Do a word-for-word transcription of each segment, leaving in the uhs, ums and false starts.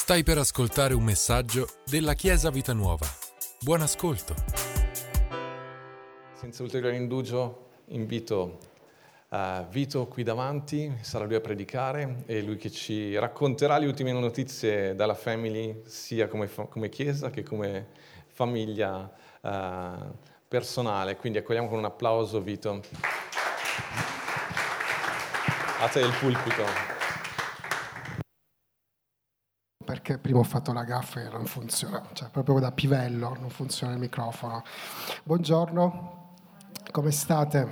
Stai per ascoltare un messaggio della Chiesa Vita Nuova. Buon ascolto. Senza ulteriore indugio invito uh, Vito qui davanti, sarà lui a predicare, e lui che ci racconterà le ultime notizie dalla Family, sia come, fa- come Chiesa che come famiglia uh, personale. Quindi accogliamo con un applauso Vito. A te il pulpito. Perché prima ho fatto la gaffa e non funziona, cioè proprio da pivello non funziona il microfono. Buongiorno, come state?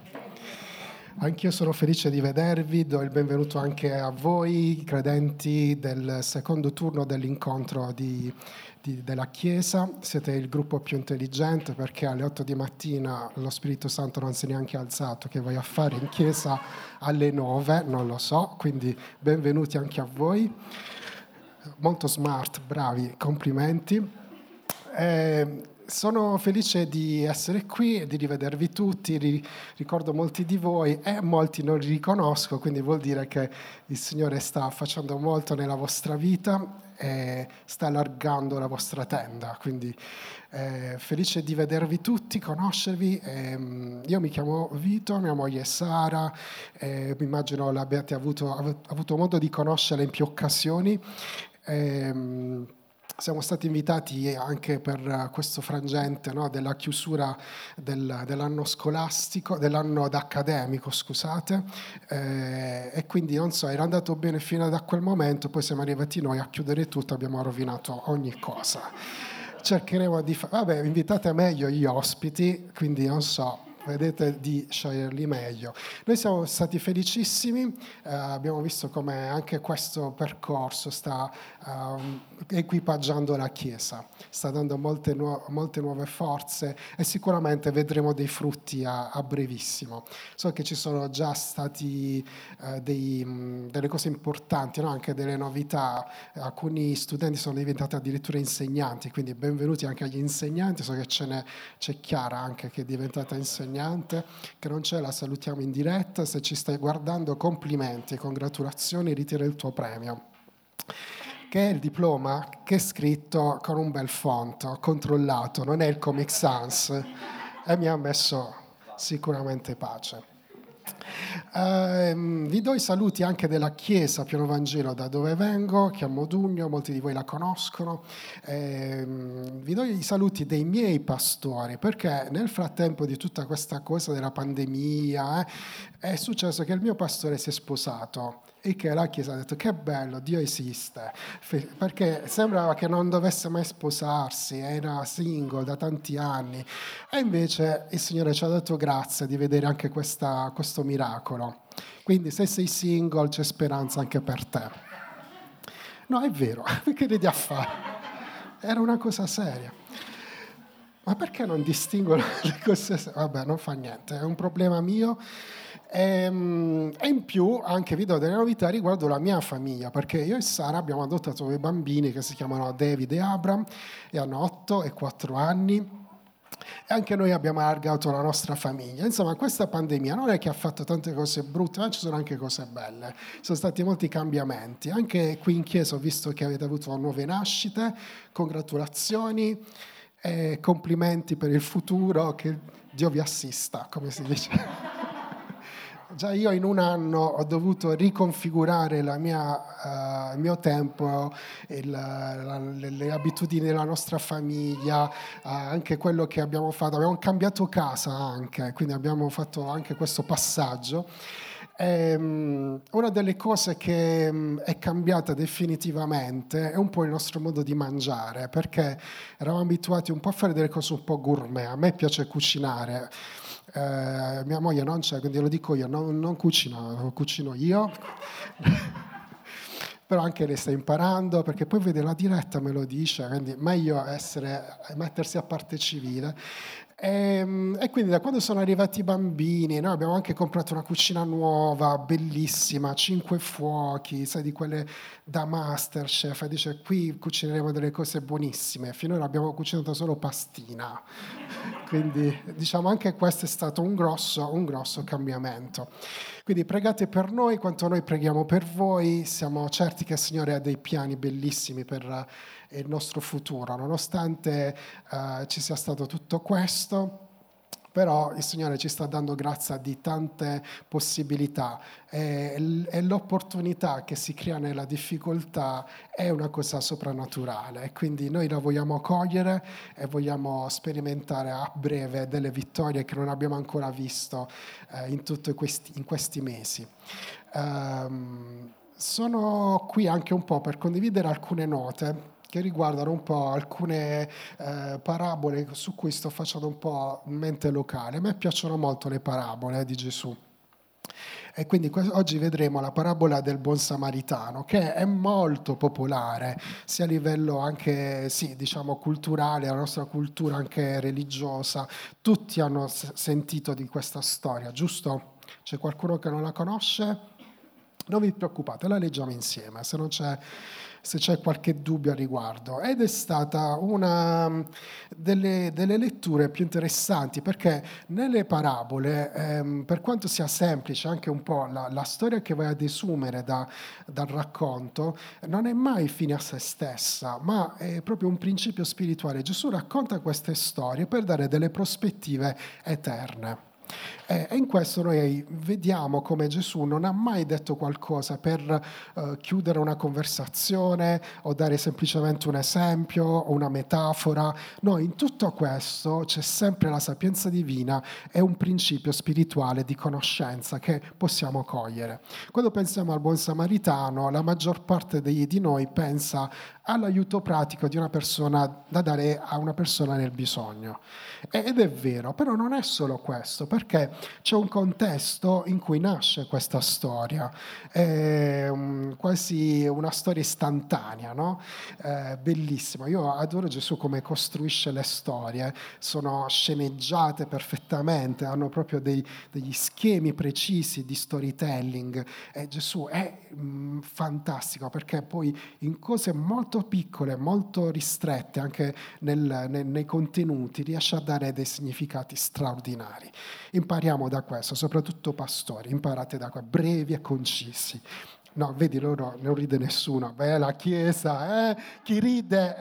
Anch'io sono felice di vedervi, do il benvenuto anche a voi, credenti del secondo turno dell'incontro di, di, della Chiesa. Siete il gruppo più intelligente, perché alle otto di mattina lo Spirito Santo non si è neanche alzato, che vai a fare in Chiesa alle nove, non lo so, quindi benvenuti anche a voi. Molto smart, bravi, complimenti. Eh, sono felice di essere qui e di rivedervi tutti. Ri- ricordo molti di voi e molti non li riconosco, quindi vuol dire che il Signore sta facendo molto nella vostra vita e sta allargando la vostra tenda. Quindi eh, felice di vedervi tutti, conoscervi. Eh, io mi chiamo Vito, mia moglie è Sara, eh, mi immagino l'abbiate avuto, avuto modo di conoscerla in più occasioni. Ehm, siamo stati invitati anche per questo frangente, no, della chiusura del, dell'anno scolastico, dell'anno accademico, scusate, eh, e quindi non so, era andato bene fino a quel momento, poi siamo arrivati noi a chiudere tutto, abbiamo rovinato ogni cosa. Cercheremo di fare, vabbè, invitate meglio gli ospiti, quindi non so, vedete di sceglierli meglio. Noi siamo stati felicissimi, eh, abbiamo visto come anche questo percorso sta um, equipaggiando la Chiesa, sta dando molte, nu- molte nuove forze e sicuramente vedremo dei frutti a, a brevissimo. So che ci sono già stati uh, dei, mh, delle cose importanti, no? Anche delle novità. Alcuni studenti sono diventati addirittura insegnanti, quindi benvenuti anche agli insegnanti. So che ce n'è, c'è Chiara anche che è diventata insegnante, che non c'è, la salutiamo in diretta. Se ci stai guardando, complimenti, congratulazioni, ritira il tuo premio, che è il diploma che è scritto con un bel font, ho controllato, non è il Comic Sans, e mi ha messo sicuramente pace. Uh, vi do i saluti anche della Chiesa Piano Vangelo da dove vengo, che è a Modugno, molti di voi la conoscono. Uh, vi do i saluti dei miei pastori, perché nel frattempo di tutta questa cosa della pandemia eh, è successo che il mio pastore si è sposato e che la Chiesa ha detto che bello, Dio esiste, perché sembrava che non dovesse mai sposarsi, era single da tanti anni, e invece il Signore ci ha dato grazia di vedere anche questa, questo miracolo. Quindi se sei single c'è speranza anche per te. No, è vero, che ridi a fare? Era una cosa seria. Ma perché non distingo le cose? Vabbè, non fa niente, è un problema mio. E, e in più anche vi do delle novità riguardo la mia famiglia, perché io e Sara abbiamo adottato due bambini che si chiamano David e Abram e hanno otto e quattro anni, e anche noi abbiamo allargato la nostra famiglia. Insomma, questa pandemia non è che ha fatto tante cose brutte, ma ci sono anche cose belle, sono stati molti cambiamenti. Anche qui in chiesa ho visto che avete avuto nuove nascite, congratulazioni e complimenti per il futuro, che Dio vi assista, come si dice. Già io in un anno ho dovuto riconfigurare la mia, uh, il mio tempo, il, la, le, le abitudini della nostra famiglia, uh, anche quello che abbiamo fatto. Abbiamo cambiato casa anche, quindi abbiamo fatto anche questo passaggio. E, um, una delle cose che um, è cambiata definitivamente è un po' il nostro modo di mangiare, perché eravamo abituati un po' a fare delle cose un po' gourmet. A me piace cucinare. Eh, mia moglie non c'è, quindi lo dico io, non, non cucino, cucino io. Però anche lei sta imparando, perché poi vede la diretta, me lo dice, quindi meglio essere, mettersi a parte civile. E, e quindi da quando sono arrivati i bambini, noi abbiamo anche comprato una cucina nuova, bellissima, cinque fuochi, sai, di quelle da Masterchef, e dice qui cucineremo delle cose buonissime, finora abbiamo cucinato solo pastina, quindi diciamo anche questo è stato un grosso, un grosso cambiamento. Quindi pregate per noi quanto noi preghiamo per voi, siamo certi che il Signore ha dei piani bellissimi per il nostro futuro, nonostante uh, ci sia stato tutto questo. Però il Signore ci sta dando grazia di tante possibilità e, e l'opportunità che si crea nella difficoltà è una cosa soprannaturale e quindi noi la vogliamo cogliere e vogliamo sperimentare a breve delle vittorie che non abbiamo ancora visto eh, in tutti questi, in questi mesi. Um, sono qui anche un po' per condividere alcune note che riguardano un po' alcune eh, parabole su cui sto facendo un po' mente locale. A me piacciono molto le parabole eh, di Gesù. E quindi oggi vedremo la parabola del buon samaritano, che è molto popolare, sia a livello anche, sì, diciamo, culturale, la nostra cultura anche religiosa. Tutti hanno s- sentito di questa storia, giusto? C'è qualcuno che non la conosce? Non vi preoccupate, la leggiamo insieme, se non c'è... se c'è qualche dubbio a riguardo. Ed è stata una delle, delle letture più interessanti, perché nelle parabole, ehm, per quanto sia semplice anche un po' la, la storia che vai ad desumere da, dal racconto, non è mai fine a se stessa, ma è proprio un principio spirituale. Gesù racconta queste storie per dare delle prospettive eterne. E in questo noi vediamo come Gesù non ha mai detto qualcosa per uh, chiudere una conversazione o dare semplicemente un esempio o una metafora. No, in tutto questo c'è sempre la sapienza divina e un principio spirituale di conoscenza che possiamo cogliere. Quando pensiamo al buon samaritano, la maggior parte di, di noi pensa all'aiuto pratico di una persona da dare a una persona nel bisogno. Ed è vero, però non è solo questo, perché c'è un contesto in cui nasce questa storia, è um, quasi una storia istantanea, no? Eh, bellissima. Io adoro Gesù come costruisce le storie, sono sceneggiate perfettamente, hanno proprio dei, degli schemi precisi di storytelling e Gesù è um, fantastico perché poi in cose molto piccole, molto ristrette anche nel, nel, nei contenuti riesce a dare dei significati straordinari. Impariamo da questo, soprattutto pastori, imparate da qua, brevi e concisi. No, vedi, loro non ride nessuno. Beh, la Chiesa, eh? Chi ride?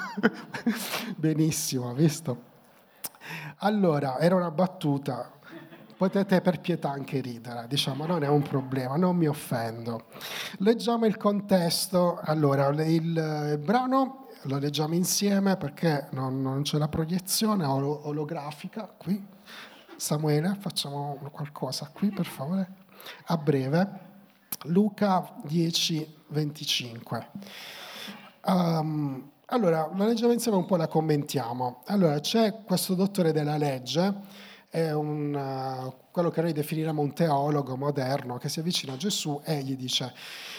Benissimo, visto? Allora, era una battuta. Potete per pietà anche ridere, diciamo, non è un problema, non mi offendo. Leggiamo il contesto. Allora, il, il brano lo leggiamo insieme perché non, non c'è la proiezione olografica qui. Samuele, facciamo qualcosa qui, per favore. A breve. Luca dieci venticinque. Um, allora, la leggiamo insieme un po', la commentiamo. Allora, c'è questo dottore della legge, è un, uh, quello che noi definiremo un teologo moderno, che si avvicina a Gesù e gli dice...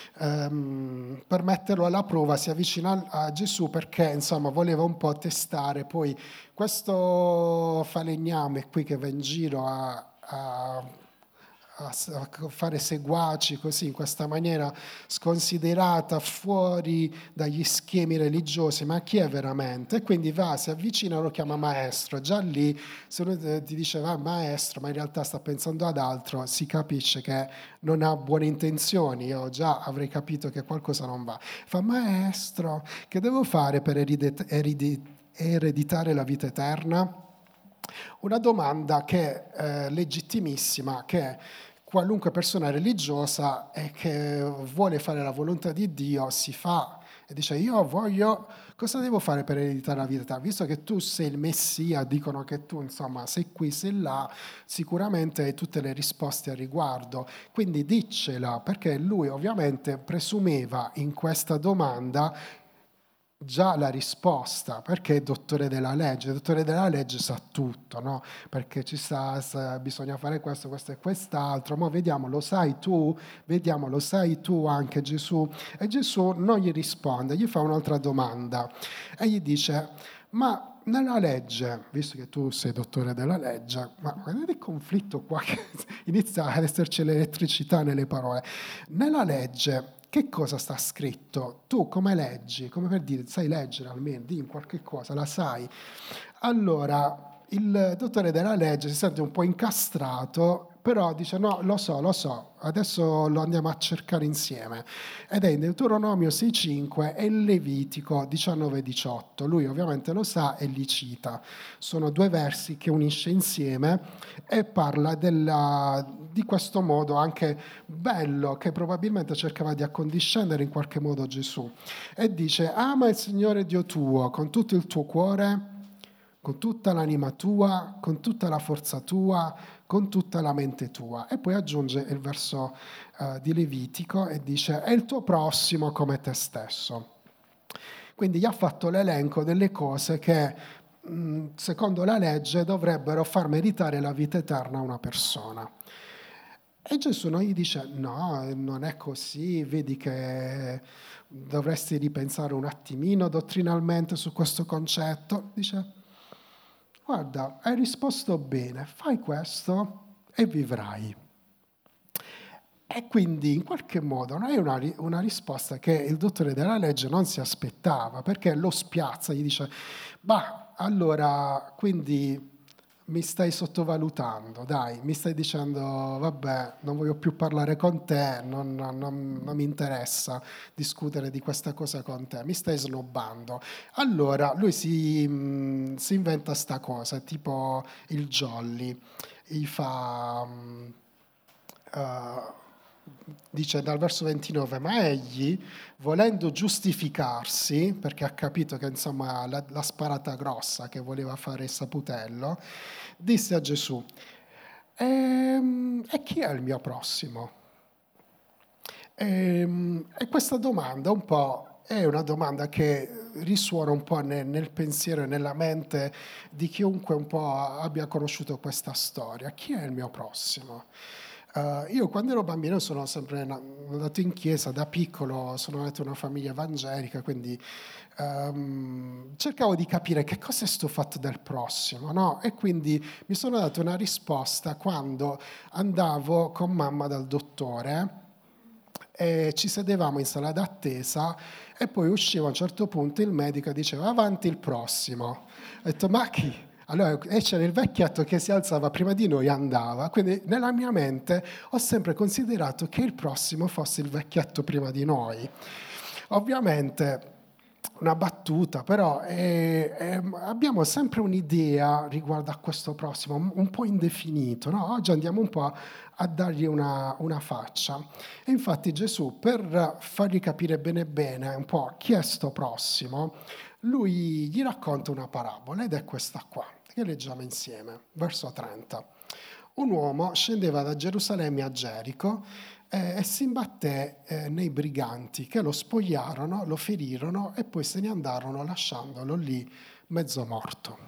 Um, per metterlo alla prova si avvicina a Gesù perché insomma voleva un po' testare poi questo falegname qui che va in giro a, a, a fare seguaci così in questa maniera sconsiderata, fuori dagli schemi religiosi, ma chi è veramente? E quindi va, si avvicina e lo chiama maestro. Già lì se uno ti dice va maestro ma in realtà sta pensando ad altro, si capisce che non ha buone intenzioni. Io già avrei capito che qualcosa non va. Fa maestro, che devo fare per ereditare la vita eterna? Una domanda che è eh, legittimissima, che qualunque persona religiosa e che vuole fare la volontà di Dio si fa e dice io voglio, cosa devo fare per ereditare la vita? Visto che tu sei il Messia, dicono che tu insomma sei qui, sei là, sicuramente hai tutte le risposte al riguardo, quindi diccela, perché lui ovviamente presumeva in questa domanda già la risposta, perché è dottore della legge, il dottore della legge sa tutto, no? Perché ci sa, sa, bisogna fare questo, questo e quest'altro, ma vediamo, lo sai tu? Vediamo, lo sai tu anche Gesù? E Gesù non gli risponde, gli fa un'altra domanda e gli dice, ma nella legge, visto che tu sei dottore della legge, ma guardate il conflitto qua che inizia ad esserci l'elettricità nelle parole. Nella legge che cosa sta scritto? Tu come leggi? Come per dire, sai leggere almeno, di qualche cosa, la sai. Allora, il dottore della legge si sente un po' incastrato, però dice no, lo so, lo so, adesso lo andiamo a cercare insieme. Ed è in Deuteronomio sei cinque e in Levitico diciannove diciotto. Lui ovviamente lo sa e li cita. Sono due versi che unisce insieme e parla della, di questo modo anche bello che probabilmente cercava di accondiscendere in qualche modo Gesù. E dice: ama il Signore Dio tuo con tutto il tuo cuore, con tutta l'anima tua, con tutta la forza tua, con tutta la mente tua. E poi aggiunge il verso uh, di Levitico e dice: è il tuo prossimo come te stesso. Quindi gli ha fatto l'elenco delle cose che mh, secondo la legge dovrebbero far meritare la vita eterna a una persona. E Gesù non gli dice: no, non è così, vedi che dovresti ripensare un attimino dottrinalmente su questo concetto. Dice: guarda, hai risposto bene, fai questo e vivrai. E quindi in qualche modo non è una, una risposta che il dottore della legge non si aspettava, perché lo spiazza, gli dice: bah, allora, quindi mi stai sottovalutando, dai, mi stai dicendo, vabbè, non voglio più parlare con te, non, non, non mi interessa discutere di questa cosa con te, mi stai snobbando. Allora lui si, mh, si inventa sta cosa, tipo il jolly, gli fa... Mh, uh, dice dal verso ventinove: ma egli, volendo giustificarsi, perché ha capito che insomma la, la sparata grossa che voleva fare il saputello, disse a Gesù: e, e chi è il mio prossimo? E, e questa domanda un po' è una domanda che risuona un po' nel, nel pensiero e nella mente di chiunque un po' abbia conosciuto questa storia. Chi è il mio prossimo? Uh, io quando ero bambino sono sempre andato in chiesa, da piccolo sono nato in una famiglia evangelica, quindi um, cercavo di capire che cosa è sto fatto del prossimo, no? E quindi mi sono dato una risposta quando andavo con mamma dal dottore e ci sedevamo in sala d'attesa e poi usciva a un certo punto il medico e diceva: avanti il prossimo. Ho detto: ma chi? Allora, e c'era il vecchietto che si alzava prima di noi e andava, quindi nella mia mente ho sempre considerato che il prossimo fosse il vecchietto prima di noi. Ovviamente una battuta, però è, è, abbiamo sempre un'idea riguardo a questo prossimo, un, un po' indefinito, no? Oggi andiamo un po' a, a dargli una, una faccia. E infatti Gesù, per fargli capire bene bene un po' chi è sto prossimo, lui gli racconta una parabola ed è questa qua, che leggiamo insieme, verso trenta. Un uomo scendeva da Gerusalemme a Gerico eh, e si imbatté eh, nei briganti che lo spogliarono, lo ferirono e poi se ne andarono lasciandolo lì mezzo morto.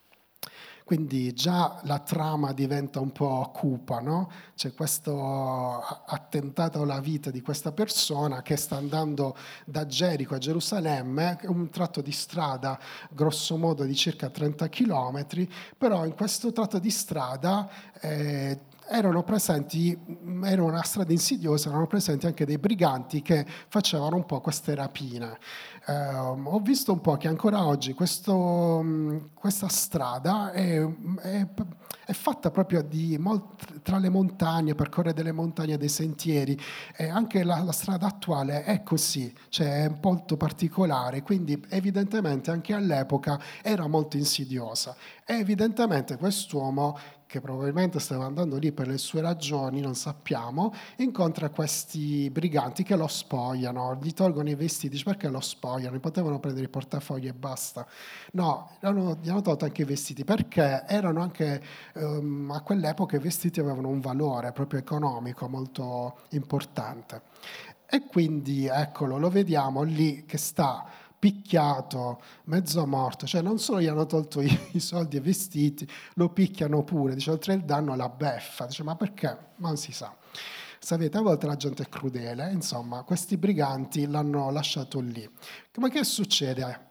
Quindi già la trama diventa un po' cupa, no? C'è questo attentato alla vita di questa persona che sta andando da Gerico a Gerusalemme, un tratto di strada grosso modo di circa trenta chilometri, però in questo tratto di strada eh, erano presenti, era una strada insidiosa, erano presenti anche dei briganti che facevano un po' queste rapine. Eh, ho visto un po' che ancora oggi questo, questa strada è, è, è fatta proprio di molt, tra le montagne, percorre delle montagne, dei sentieri, e anche la, la strada attuale è così, cioè è molto particolare, quindi evidentemente anche all'epoca era molto insidiosa. E evidentemente quest'uomo, che probabilmente stava andando lì per le sue ragioni, non sappiamo, incontra questi briganti che lo spogliano, gli tolgono i vestiti. Dice: perché lo spogliano? Potevano prendere il portafoglio e basta. No, erano, gli hanno tolto anche i vestiti, perché erano anche, um, a quell'epoca i vestiti avevano un valore proprio economico molto importante. E quindi, eccolo, lo vediamo lì che sta picchiato, mezzo morto, cioè non solo gli hanno tolto i, i soldi e i vestiti, lo picchiano pure, dice, oltre il danno la beffa, dice: ma perché? Ma non si sa. Sapete, a volte la gente è crudele, insomma, questi briganti l'hanno lasciato lì. Ma che succede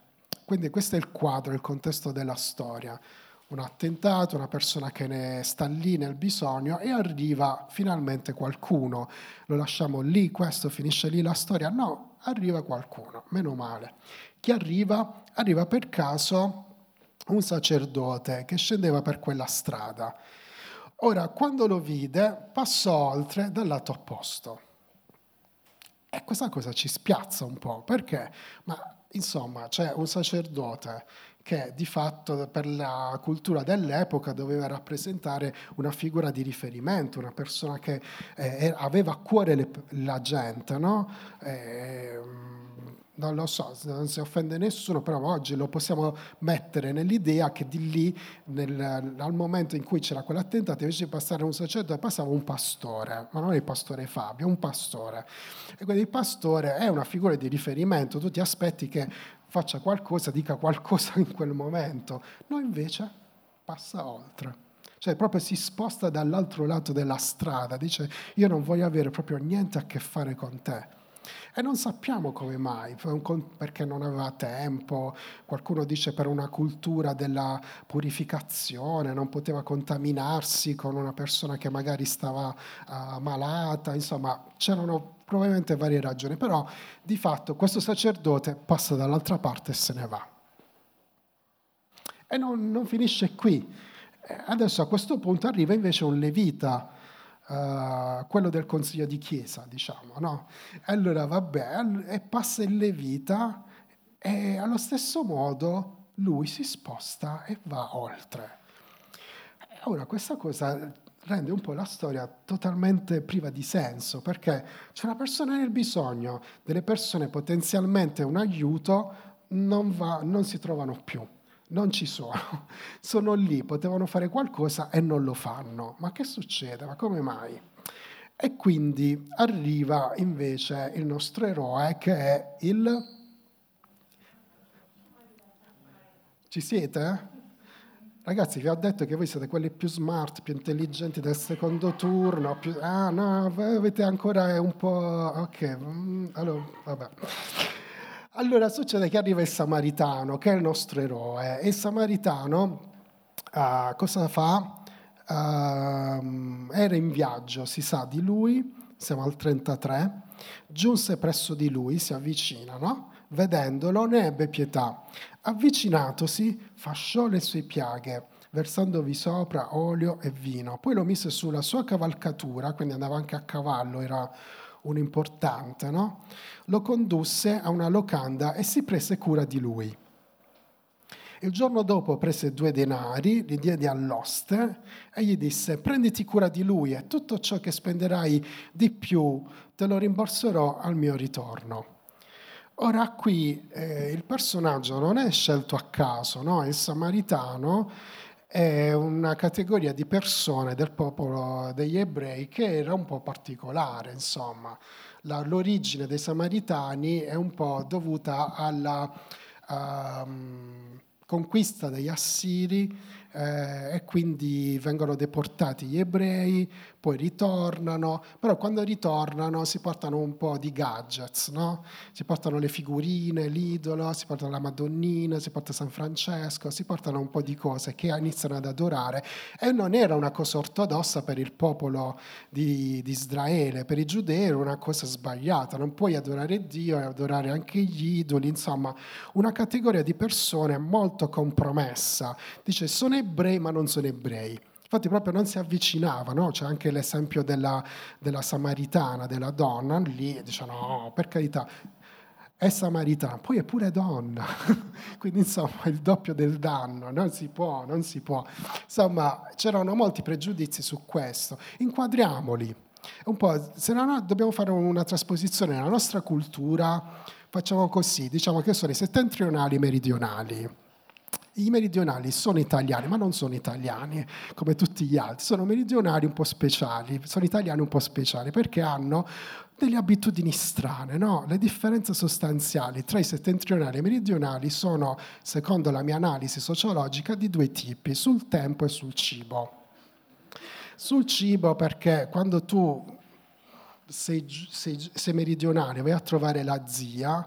Quindi questo è il quadro, il contesto della storia. Un attentato, una persona che ne sta lì nel bisogno e arriva finalmente qualcuno. Lo lasciamo lì, questo finisce lì la storia? No, arriva qualcuno, meno male. Chi arriva? Arriva per caso un sacerdote che scendeva per quella strada. Ora, quando lo vide, passò oltre dal lato opposto. E questa cosa ci spiazza un po', perché? Ma insomma, c'è un sacerdote che di fatto per la cultura dell'epoca doveva rappresentare una figura di riferimento, una persona che eh, aveva a cuore le, la gente, no? Eh, non lo so, non si offende nessuno, però oggi lo possiamo mettere nell'idea che di lì, nel, al momento in cui c'era quell'attentato, invece di passare un sacerdote, passava un pastore, ma non il pastore Fabio, un pastore. E quindi il pastore è una figura di riferimento, tu ti aspetti che faccia qualcosa, dica qualcosa in quel momento. No, invece passa oltre. Cioè proprio si sposta dall'altro lato della strada, dice io non voglio avere proprio niente a che fare con te. E non sappiamo come mai, perché non aveva tempo, qualcuno dice per una cultura della purificazione, non poteva contaminarsi con una persona che magari stava uh, malata, insomma c'erano probabilmente varie ragioni, però di fatto questo sacerdote passa dall'altra parte e se ne va. E non, non finisce qui. Adesso a questo punto arriva invece un levita, Uh, quello del consiglio di chiesa, diciamo, no? Allora vabbè, e passa il levita e allo stesso modo lui si sposta e va oltre. Ora questa cosa rende un po' la storia totalmente priva di senso, perché c'è una persona nel bisogno, delle persone potenzialmente un aiuto, non, va, non si trovano più. Non ci sono, sono lì, potevano fare qualcosa e non lo fanno. Ma che succede? Ma come mai? E quindi arriva invece il nostro eroe che è il... Ci siete? Ragazzi, vi ho detto che voi siete quelli più smart, più intelligenti del secondo turno. Più... Ah no, voi avete ancora un po'... Ok, allora, vabbè. Allora succede che arriva il Samaritano, che è il nostro eroe, e il Samaritano uh, cosa fa? Uh, era in viaggio, si sa di lui, siamo al trentatré, giunse presso di lui, si avvicina, no? Vedendolo ne ebbe pietà, avvicinatosi fasciò le sue piaghe, versandovi sopra olio e vino, poi lo mise sulla sua cavalcatura, quindi andava anche a cavallo, era un importante, no? Lo condusse a una locanda e si prese cura di lui. Il giorno dopo prese due denari, li diede all'oste e gli disse: prenditi cura di lui e tutto ciò che spenderai di più te lo rimborserò al mio ritorno. Ora qui eh, il personaggio non è scelto a caso, no? Il Samaritano è una categoria di persone del popolo degli ebrei che era un po' particolare, insomma. La, l'origine dei Samaritani è un po' dovuta alla um, conquista degli Assiri eh, e quindi vengono deportati gli ebrei, poi ritornano, però quando ritornano si portano un po' di gadgets, no? Si portano le figurine, l'idolo, si portano la Madonnina, si porta San Francesco, si portano un po' di cose che iniziano ad adorare e non era una cosa ortodossa per il popolo di, di Israele, per i giudei era una cosa sbagliata, non puoi adorare Dio e adorare anche gli idoli, insomma una categoria di persone molto compromessa, dice sono ebrei ma non sono ebrei. Infatti proprio non si avvicinavano, c'è anche l'esempio della, della Samaritana, della donna, lì dicono no, per carità, è Samaritana, poi è pure donna, quindi insomma il doppio del danno, non si può, non si può. Insomma c'erano molti pregiudizi su questo, inquadriamoli. Un po', se no dobbiamo fare una trasposizione nella nostra cultura, facciamo così, diciamo che sono i settentrionali e i meridionali. I meridionali sono italiani, ma non sono italiani come tutti gli altri, sono meridionali un po' speciali, sono italiani un po' speciali perché hanno delle abitudini strane, no? Le differenze sostanziali tra i settentrionali e i meridionali sono, secondo la mia analisi sociologica, di due tipi, sul tempo e sul cibo. Sul cibo perché quando tu sei, sei, sei meridionale vai a trovare la zia,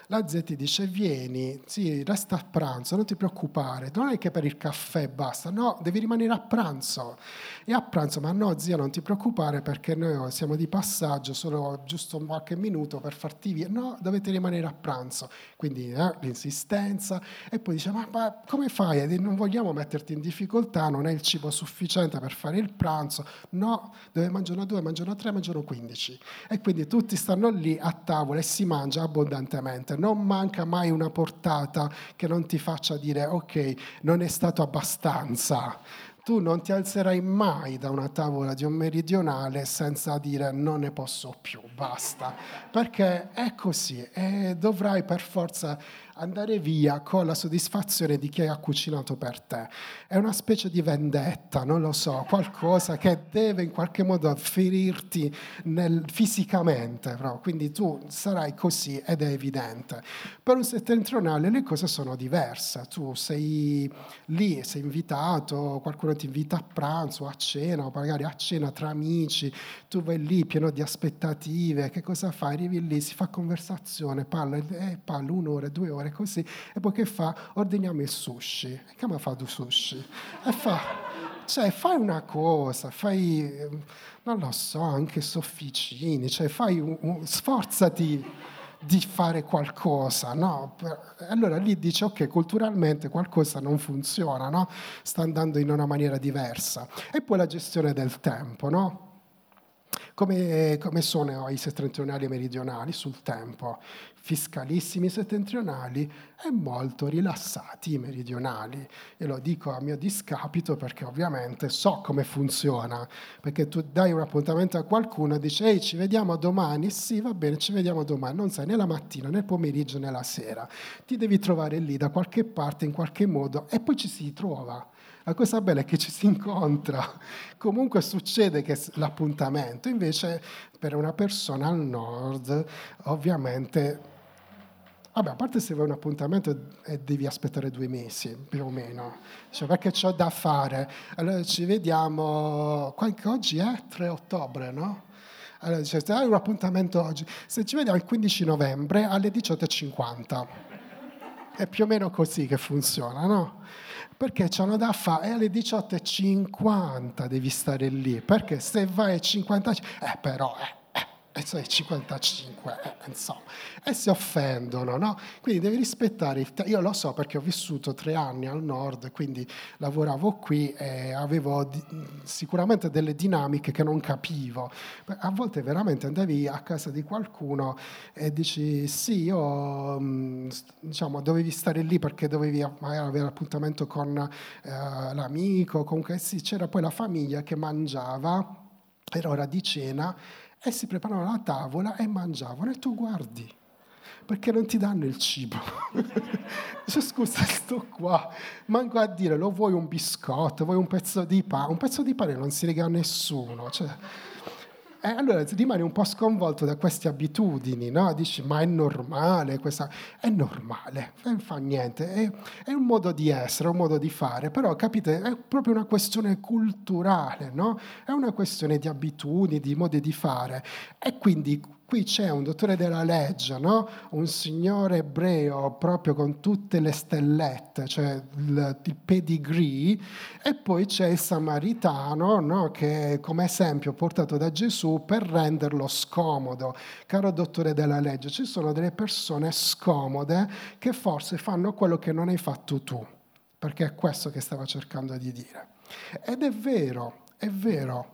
la zia ti dice vieni, sì, resta a pranzo, non ti preoccupare, non è che per il caffè basta, no, devi rimanere a pranzo. E a pranzo, ma no zia non ti preoccupare perché noi siamo di passaggio, solo giusto qualche minuto per farti via, no, dovete rimanere a pranzo. Quindi eh, l'insistenza, e poi dice ma, ma come fai? Non vogliamo metterti in difficoltà, non è il cibo sufficiente per fare il pranzo, no, dove mangiano due, mangiano tre, mangiano quindici. E quindi tutti stanno lì a tavola e si mangia abbondantemente. Non manca mai una portata che non ti faccia dire ok, non è stato abbastanza. Tu non ti alzerai mai da una tavola di un meridionale senza dire non ne posso più, basta. Perché è così e dovrai per forza andare via con la soddisfazione di chi ha cucinato per te. È una specie di vendetta, non lo so, qualcosa che deve in qualche modo ferirti nel, fisicamente, però. Quindi tu sarai così ed è evidente. Per un settentrionale le cose sono diverse, tu sei lì, sei invitato, qualcuno ti invita a pranzo, a cena, o magari a cena tra amici, tu vai lì pieno di aspettative, che cosa fai? Arrivi lì, si fa conversazione, parla, eh, parla un'ora, due ore, così, e poi che fa? Ordiniamo il sushi. E come fa tu sushi? E fa, cioè fai una cosa, fai, non lo so, anche sofficini, cioè fai un, un, sforzati di fare qualcosa, no? Allora lì dice ok, culturalmente qualcosa non funziona, no? Sta andando in una maniera diversa. E poi la gestione del tempo, no? Come, come sono i settentrionali meridionali sul tempo? Fiscalissimi settentrionali e molto rilassati i meridionali. E lo dico a mio discapito perché ovviamente so come funziona, perché tu dai un appuntamento a qualcuno e dici ehi ci vediamo domani, sì va bene ci vediamo domani, non sai né la mattina né il pomeriggio né la sera, ti devi trovare lì da qualche parte in qualche modo e poi ci si trova. La cosa bella è che ci si incontra, comunque succede che l'appuntamento, invece per una persona al nord ovviamente, vabbè, a parte se vuoi un appuntamento e devi aspettare due mesi più o meno, cioè perché c'ho da fare, allora ci vediamo, oggi è tre ottobre, no? Allora dice, hai un appuntamento oggi, se ci vediamo il quindici novembre alle diciotto e cinquanta, è più o meno così che funziona, no? Perché c'hanno da fare, e alle diciotto e cinquanta devi stare lì, perché se vai a cinquantacinque, eh però, eh, eh, sei cinquantacinque, eh, insomma, e si offendono, no? Quindi devi rispettare il tempo. Io lo so perché ho vissuto tre anni al nord, quindi lavoravo qui e avevo di, sicuramente delle dinamiche che non capivo. A volte veramente andavi a casa di qualcuno e dici sì, io diciamo dovevi stare lì perché dovevi magari avere appuntamento con eh, l'amico, comunque sì, c'era poi la famiglia che mangiava, era ora di cena, e si preparavano la tavola e mangiavano e tu guardi, perché non ti danno il cibo. Dice, scusa, sto qua, manco a dire, lo vuoi un biscotto, vuoi un pezzo di pane? Un pezzo di pane non si lega a nessuno. Cioè, e allora rimani un po' sconvolto da queste abitudini, no? Dici, ma è normale questa? È normale, non fa niente, è, è un modo di essere, è un modo di fare, però capite, è proprio una questione culturale, no? È una questione di abitudini, di modi di fare. E quindi qui c'è un dottore della legge, no? Un signore ebreo proprio con tutte le stellette, cioè il, il pedigree, e poi c'è il samaritano, no? Che è come esempio portato da Gesù per renderlo scomodo. Caro dottore della legge, ci sono delle persone scomode che forse fanno quello che non hai fatto tu, perché è questo che stava cercando di dire. Ed è vero, è vero.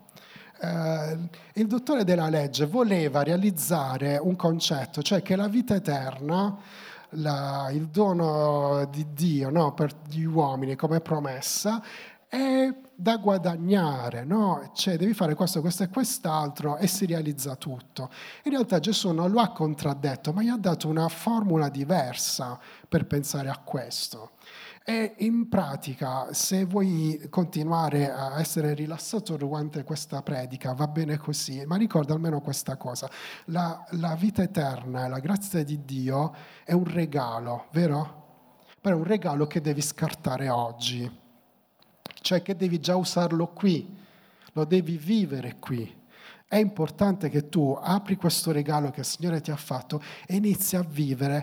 Uh, il dottore della legge voleva realizzare un concetto, cioè che la vita eterna, la, il dono di Dio, no, per gli uomini come promessa, è da guadagnare, no? Cioè devi fare questo, questo e quest'altro e si realizza tutto. In realtà Gesù non lo ha contraddetto, ma gli ha dato una formula diversa per pensare a questo. E in pratica, se vuoi continuare a essere rilassato durante questa predica, va bene così, ma ricorda almeno questa cosa: la, la vita eterna, la grazia di Dio è un regalo, vero? Però è un regalo che devi scartare oggi, cioè che devi già usarlo qui, lo devi vivere qui. È importante che tu apri questo regalo che il Signore ti ha fatto e inizi a vivere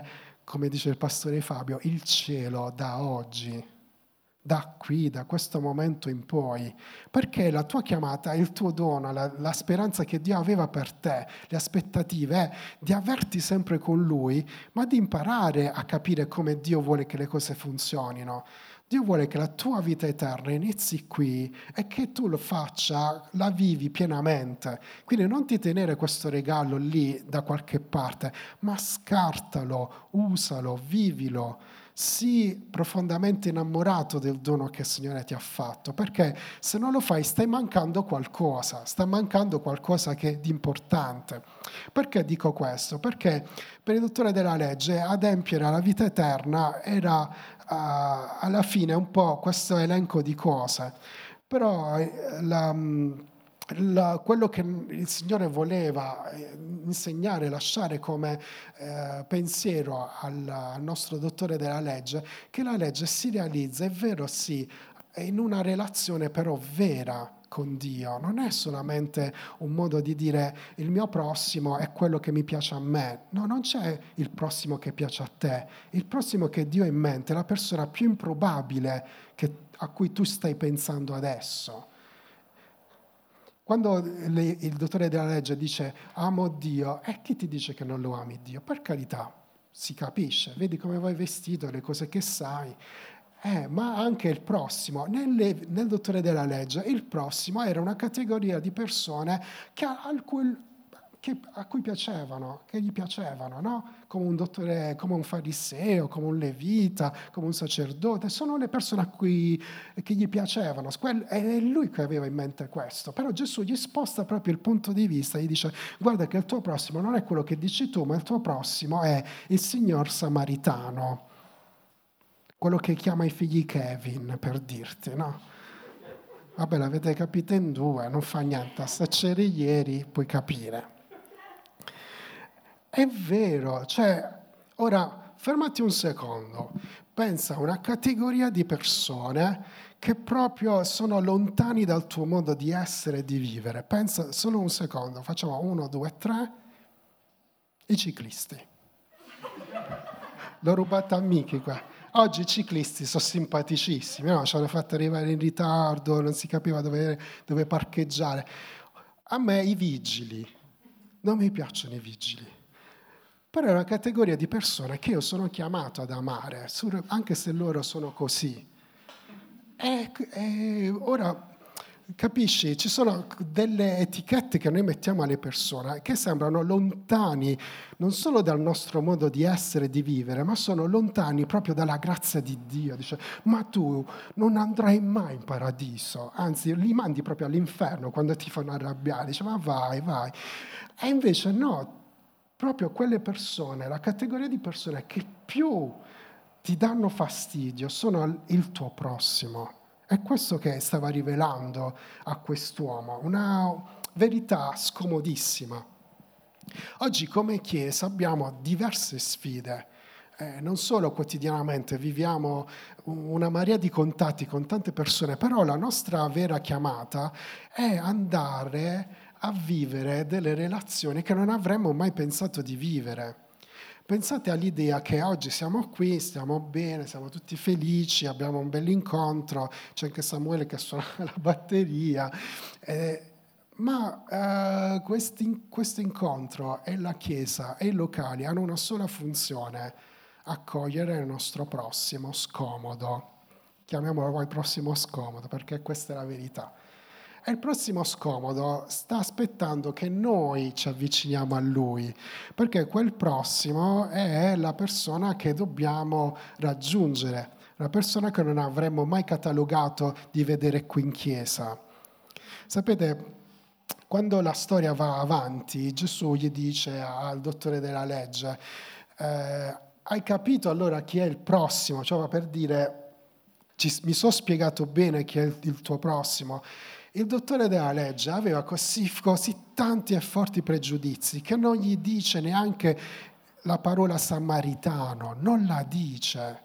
come dice il pastore Fabio, il cielo da oggi, da qui, da questo momento in poi, perché la tua chiamata, il tuo dono, la, la speranza che Dio aveva per te, le aspettative è di averti sempre con Lui, ma di imparare a capire come Dio vuole che le cose funzionino. Dio vuole che la tua vita eterna inizi qui e che tu lo faccia, la vivi pienamente. Quindi non ti tenere questo regalo lì da qualche parte, ma scartalo, usalo, vivilo. Sii profondamente innamorato del dono che il Signore ti ha fatto, perché se non lo fai stai mancando qualcosa, sta mancando qualcosa che è di importante. Perché dico questo? Perché per il dottore della legge adempiere alla vita eterna era uh, alla fine un po' questo elenco di cose, però la, la, quello che il Signore voleva insegnare, lasciare come eh, pensiero al, al nostro dottore della legge, che la legge si realizza, è vero sì, in una relazione però vera con Dio, non è solamente un modo di dire il mio prossimo è quello che mi piace a me, no, non c'è il prossimo che piace a te, il prossimo che Dio ha in mente è la persona più improbabile che, a cui tu stai pensando adesso. Quando le, il dottore della legge dice amo Dio, e chi ti dice che non lo ami Dio? Per carità, si capisce, vedi come vai vestito, le cose che sai. Eh, ma anche il prossimo, nelle, nel dottore della legge, il prossimo era una categoria di persone che, al cui, che, a cui piacevano, che gli piacevano, no? Come un dottore, come un fariseo, come un levita, come un sacerdote, sono le persone a cui che gli piacevano. È lui che aveva in mente questo. Però Gesù gli sposta proprio il punto di vista, gli dice: guarda che il tuo prossimo non è quello che dici tu, ma il tuo prossimo è il signor Samaritano. Quello che chiama i figli Kevin, per dirti, no? Vabbè, l'avete capito in due, non fa niente, se c'eri ieri puoi capire. È vero, cioè, ora, fermati un secondo, pensa a una categoria di persone che proprio sono lontani dal tuo modo di essere e di vivere. Pensa, solo un secondo, facciamo uno, due, tre, i ciclisti. L'ho rubata a Michi qua. Oggi i ciclisti sono simpaticissimi, no? Ci hanno fatto arrivare in ritardo, non si capiva dove, dove parcheggiare. A me i vigili, non mi piacciono i vigili, però è una categoria di persone che io sono chiamato ad amare, anche se loro sono così. E, e ora, capisci, ci sono delle etichette che noi mettiamo alle persone che sembrano lontani non solo dal nostro modo di essere e di vivere, ma sono lontani proprio dalla grazia di Dio. Dice: ma tu non andrai mai in paradiso, anzi li mandi proprio all'inferno quando ti fanno arrabbiare. Dice: ma vai, vai. E invece no, proprio quelle persone, la categoria di persone che più ti danno fastidio sono il tuo prossimo. È questo che stava rivelando a quest'uomo, una verità scomodissima. Oggi come Chiesa abbiamo diverse sfide, eh, non solo quotidianamente, viviamo una marea di contatti con tante persone, però la nostra vera chiamata è andare a vivere delle relazioni che non avremmo mai pensato di vivere. Pensate all'idea che oggi siamo qui, stiamo bene, siamo tutti felici, abbiamo un bell'incontro, c'è anche Samuele che suona la batteria, eh, ma eh, questo incontro e la Chiesa e i locali hanno una sola funzione: accogliere il nostro prossimo scomodo. Chiamiamolo poi prossimo scomodo, perché questa è la verità. E il prossimo scomodo sta aspettando che noi ci avviciniamo a lui, perché quel prossimo è la persona che dobbiamo raggiungere, la persona che non avremmo mai catalogato di vedere qui in chiesa. Sapete, quando la storia va avanti, Gesù gli dice al dottore della legge: eh, hai capito allora chi è il prossimo? Cioè, per dire, ci, mi sono spiegato bene chi è il, il tuo prossimo. Il dottore della legge aveva così, così tanti e forti pregiudizi che non gli dice neanche la parola samaritano, non la dice.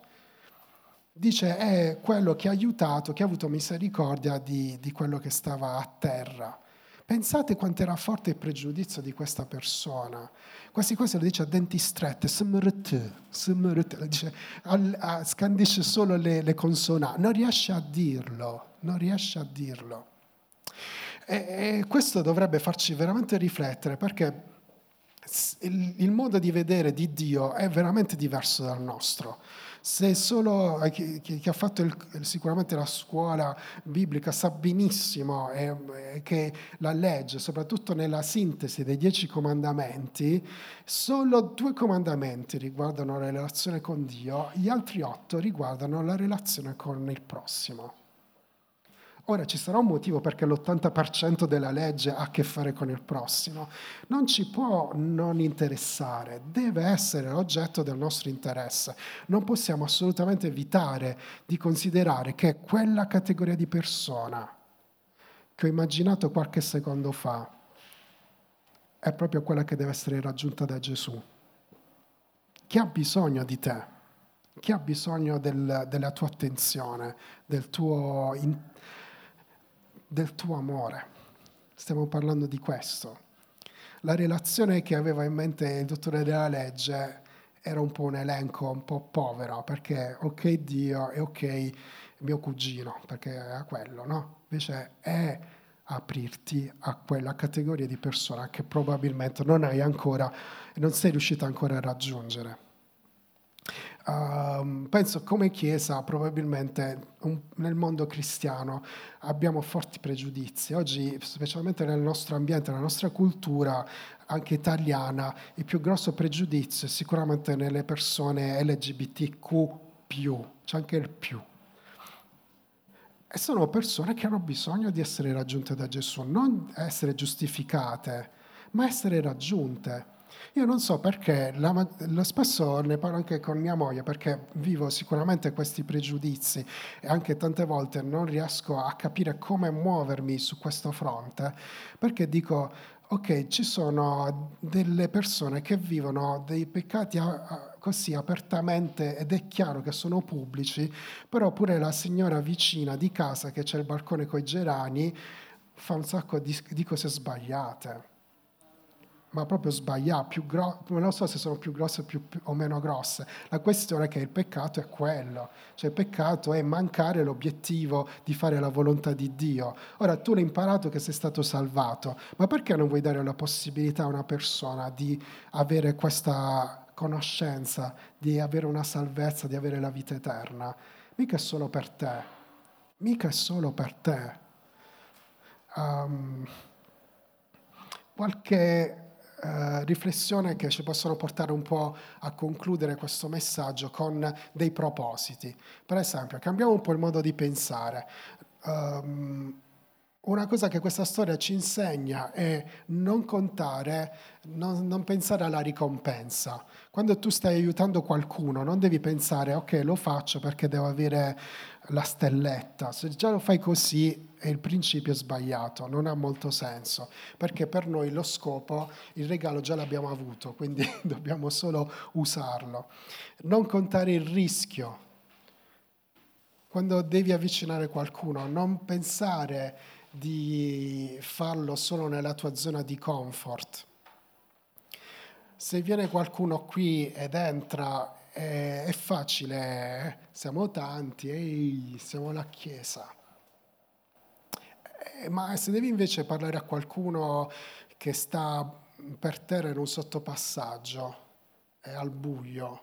Dice è quello che ha aiutato, che ha avuto misericordia di, di quello che stava a terra. Pensate quanto era forte il pregiudizio di questa persona. Quasi quasi lo dice a denti stretti, smrt, smrt, dice, al, a, scandisce solo le, le consonanti, non riesce a dirlo, non riesce a dirlo. E, e questo dovrebbe farci veramente riflettere, perché il, il modo di vedere di Dio è veramente diverso dal nostro. Se solo chi, chi ha fatto il, sicuramente la scuola biblica sa benissimo eh, che la legge, soprattutto nella sintesi dei dieci comandamenti, solo due comandamenti riguardano la relazione con Dio, gli altri otto riguardano la relazione con il prossimo. Ora ci sarà un motivo perché l'ottanta per cento della legge ha a che fare con il prossimo. Non ci può non interessare, deve essere oggetto del nostro interesse. Non possiamo assolutamente evitare di considerare che quella categoria di persona che ho immaginato qualche secondo fa è proprio quella che deve essere raggiunta da Gesù. Chi ha bisogno di te? Chi ha bisogno del, della tua attenzione, del tuo interesse? Del tuo amore. Stiamo parlando di questo. La relazione che aveva in mente il dottore della legge era un po' un elenco un po' povero, perché ok Dio e ok mio cugino, perché era quello, no? Invece è aprirti a quella categoria di persona che probabilmente non hai ancora, non sei riuscita ancora a raggiungere. Uh, penso come Chiesa probabilmente un, nel mondo cristiano abbiamo forti pregiudizi. Oggi, specialmente nel nostro ambiente, nella nostra cultura, anche italiana, il più grosso pregiudizio è sicuramente nelle persone L G B T Q più, c'è anche il più. E sono persone che hanno bisogno di essere raggiunte da Gesù, non essere giustificate, ma essere raggiunte. Io non so perché, la, lo spesso ne parlo anche con mia moglie, perché vivo sicuramente questi pregiudizi e anche tante volte non riesco a capire come muovermi su questo fronte, perché dico, ok, ci sono delle persone che vivono dei peccati a, a, così apertamente ed è chiaro che sono pubblici, però pure la signora vicina di casa che c'è il balcone con i gerani fa un sacco di, di cose sbagliate. Ma proprio sbagliare, più gro- non so se sono più grosse più, più, o meno grosse. La questione è che il peccato è quello, cioè il peccato è mancare l'obiettivo di fare la volontà di Dio. Ora tu l'hai imparato che sei stato salvato, ma perché non vuoi dare la possibilità a una persona di avere questa conoscenza, di avere una salvezza, di avere la vita eterna? Mica è solo per te, mica è solo per te. Um, qualche Uh, riflessione che ci possono portare un po' a concludere questo messaggio con dei propositi. Per esempio, cambiamo un po' il modo di pensare. Um, una cosa che questa storia ci insegna è non contare, non, non pensare alla ricompensa. Quando tu stai aiutando qualcuno, non devi pensare, ok, lo faccio perché devo avere la stelletta. Se già lo fai così, il principio è sbagliato, non ha molto senso, perché per noi lo scopo, il regalo già l'abbiamo avuto, quindi dobbiamo solo usarlo. Non contare il rischio. Quando devi avvicinare qualcuno, non pensare di farlo solo nella tua zona di comfort. Se viene qualcuno qui ed entra, è, è facile, siamo tanti, ehi, siamo la Chiesa. Eh, ma se devi invece parlare a qualcuno che sta per terra in un sottopassaggio, è al buio,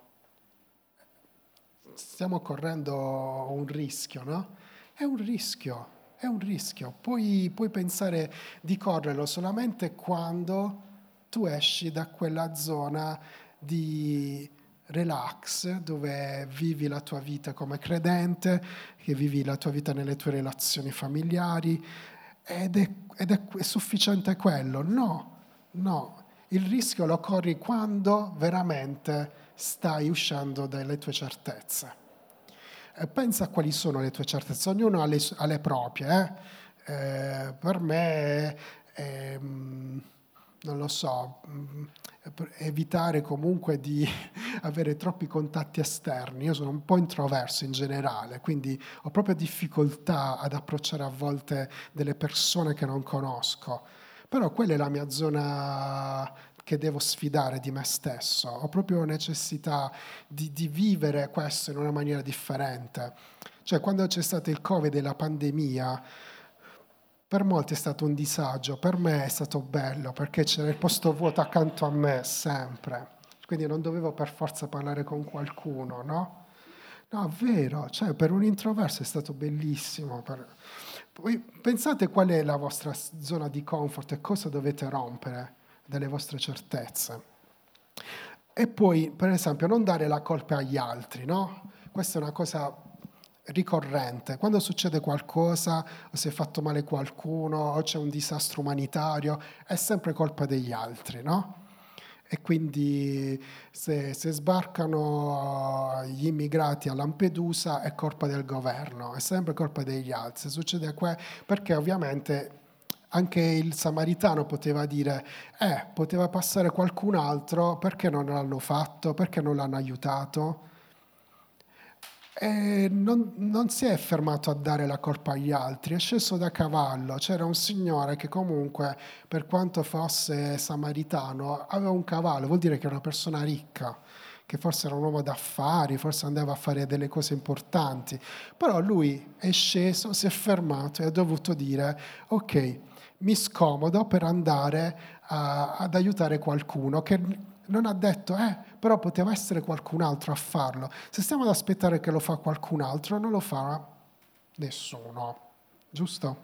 stiamo correndo un rischio, no? È un rischio. È un rischio, puoi, puoi pensare di correrlo solamente quando tu esci da quella zona di relax dove vivi la tua vita come credente, che vivi la tua vita nelle tue relazioni familiari ed è, ed è, è sufficiente quello. No, no, il rischio lo corri quando veramente stai uscendo dalle tue certezze. Pensa a quali sono le tue certezze, ognuno ha le, ha le proprie. Eh? Eh, per me, eh, non lo so, evitare comunque di avere troppi contatti esterni. Io sono un po' introverso in generale, quindi ho proprio difficoltà ad approcciare a volte delle persone che non conosco. però quella è la mia zona che devo sfidare di me stesso. Ho proprio necessità di, di vivere questo in una maniera differente. Cioè, quando c'è stato il Covid e la pandemia, per molti è stato un disagio, per me è stato bello, perché c'era il posto vuoto accanto a me sempre. Quindi non dovevo per forza parlare con qualcuno, no? No, è vero, cioè per un introverso è stato bellissimo. Per... Poi pensate qual è la vostra zona di comfort e cosa dovete rompere delle vostre certezze. E poi, per esempio, non dare la colpa agli altri, no? Questa è una cosa ricorrente. Quando succede qualcosa, o si è fatto male qualcuno, o c'è un disastro umanitario, è sempre colpa degli altri, no? E quindi se, se sbarcano gli immigrati a Lampedusa è colpa del governo, è sempre colpa degli altri. Se succede que- perché ovviamente anche il samaritano poteva dire, eh, poteva passare qualcun altro, perché non l'hanno fatto, perché non l'hanno aiutato? E non, non si è fermato a dare la colpa agli altri, è sceso da cavallo. C'era un signore che comunque, per quanto fosse samaritano, aveva un cavallo, vuol dire che era una persona ricca, che forse era un uomo d'affari, forse andava a fare delle cose importanti. Però lui è sceso, si è fermato e ha dovuto dire, ok, mi scomodo per andare a, ad aiutare qualcuno che non ha detto, eh, però poteva essere qualcun altro a farlo. Se stiamo ad aspettare che lo fa qualcun altro, non lo fa nessuno, giusto?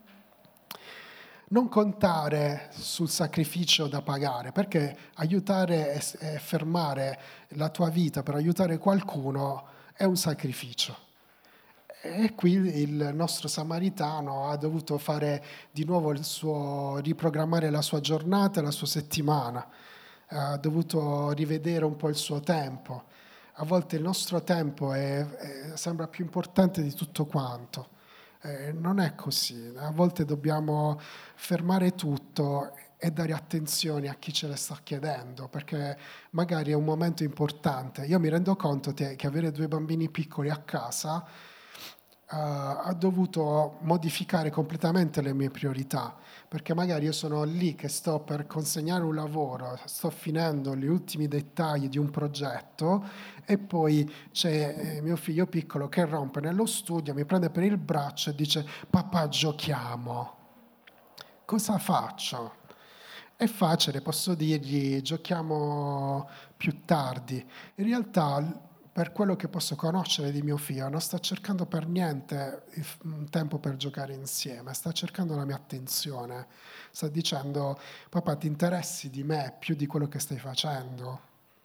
Non contare sul sacrificio da pagare, perché aiutare e, e fermare la tua vita per aiutare qualcuno è un sacrificio. E qui il nostro samaritano ha dovuto fare di nuovo il suo, riprogrammare la sua giornata, la sua settimana. Ha dovuto rivedere un po' il suo tempo. A volte il nostro tempo è, è, sembra più importante di tutto quanto. Eh, non è così. A volte dobbiamo fermare tutto e dare attenzione a chi ce le sta chiedendo, perché magari è un momento importante. Io mi rendo conto che, che avere due bambini piccoli a casa uh, ha dovuto modificare completamente le mie priorità, perché magari io sono lì che sto per consegnare un lavoro, sto finendo gli ultimi dettagli di un progetto e poi c'è eh, mio figlio piccolo che rompe nello studio, mi prende per il braccio e dice papà giochiamo. Cosa faccio? È facile, posso dirgli giochiamo più tardi. In realtà per quello che posso conoscere di mio figlio, non sta cercando per niente il tempo per giocare insieme, sta cercando la mia attenzione, sta dicendo papà ti interessi di me più di quello che stai facendo.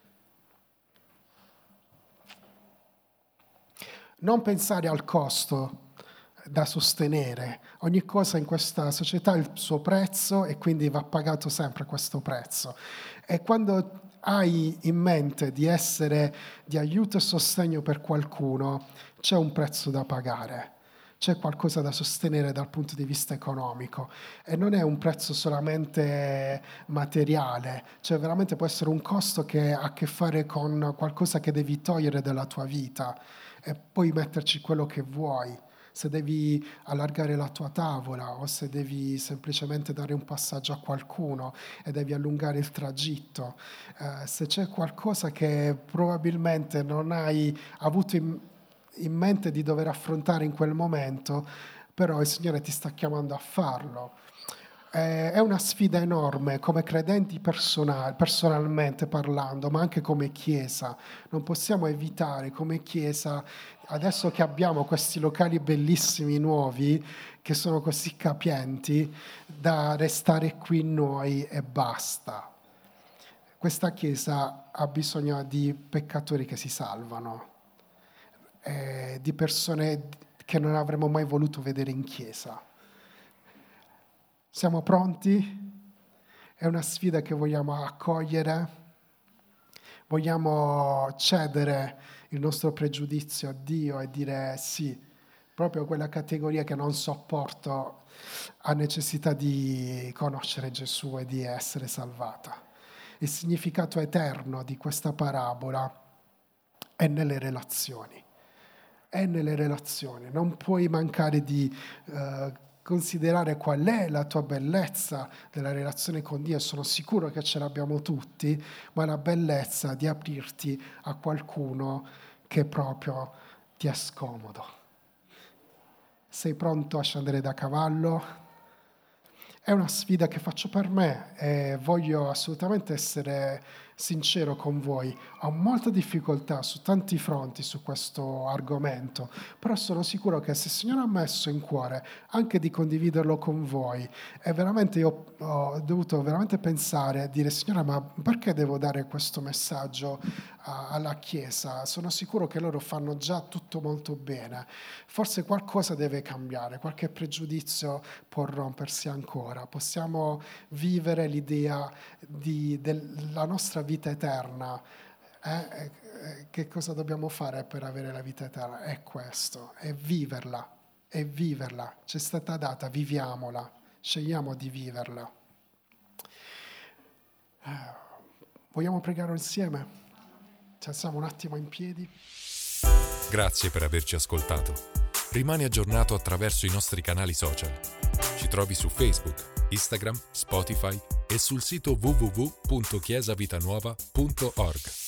Non pensare al costo da sostenere, ogni cosa in questa società ha il suo prezzo e quindi va pagato sempre questo prezzo. E quando hai in mente di essere di aiuto e sostegno per qualcuno, c'è un prezzo da pagare, c'è qualcosa da sostenere dal punto di vista economico e non è un prezzo solamente materiale, cioè veramente può essere un costo che ha a che fare con qualcosa che devi togliere dalla tua vita e poi metterci quello che vuoi. Se devi allargare la tua tavola o se devi semplicemente dare un passaggio a qualcuno e devi allungare il tragitto, eh, se c'è qualcosa che probabilmente non hai avuto in, in mente di dover affrontare in quel momento, però il Signore ti sta chiamando a farlo. Eh, è una sfida enorme come credenti personal, personalmente parlando, ma anche come Chiesa. Non possiamo evitare come Chiesa, adesso che abbiamo questi locali bellissimi nuovi, che sono così capienti, da restare qui noi e basta. Questa Chiesa ha bisogno di peccatori che si salvano, eh, di persone che non avremmo mai voluto vedere in Chiesa. Siamo pronti? È una sfida che vogliamo accogliere. Vogliamo cedere il nostro pregiudizio a Dio e dire sì, proprio quella categoria che non sopporto ha necessità di conoscere Gesù e di essere salvata. Il significato eterno di questa parabola è nelle relazioni. È nelle relazioni. Non puoi mancare di... Uh, considerare qual è la tua bellezza della relazione con Dio, sono sicuro che ce l'abbiamo tutti, ma la bellezza di aprirti a qualcuno che proprio ti è scomodo. Sei pronto a scendere da cavallo? È una sfida che faccio per me e voglio assolutamente essere sincero con voi. Ho molta difficoltà su tanti fronti su questo argomento, però sono sicuro che se il Signore ha messo in cuore anche di condividerlo con voi, e veramente io ho dovuto veramente pensare e dire: Signore, ma perché devo dare questo messaggio alla Chiesa? Sono sicuro che loro fanno già tutto molto bene, forse qualcosa deve cambiare, qualche pregiudizio può rompersi ancora, possiamo vivere l'idea di, della nostra vita eterna. Eh? Che cosa dobbiamo fare per avere la vita eterna? È questo, è viverla, è viverla, c'è stata data, viviamola, scegliamo di viverla. Eh, vogliamo pregare insieme? Ci alziamo un attimo in piedi. Grazie per averci ascoltato. Rimani aggiornato attraverso i nostri canali social. Ci trovi su Facebook, Instagram, Spotify e sul sito w w w punto chiesa vitanuova punto org.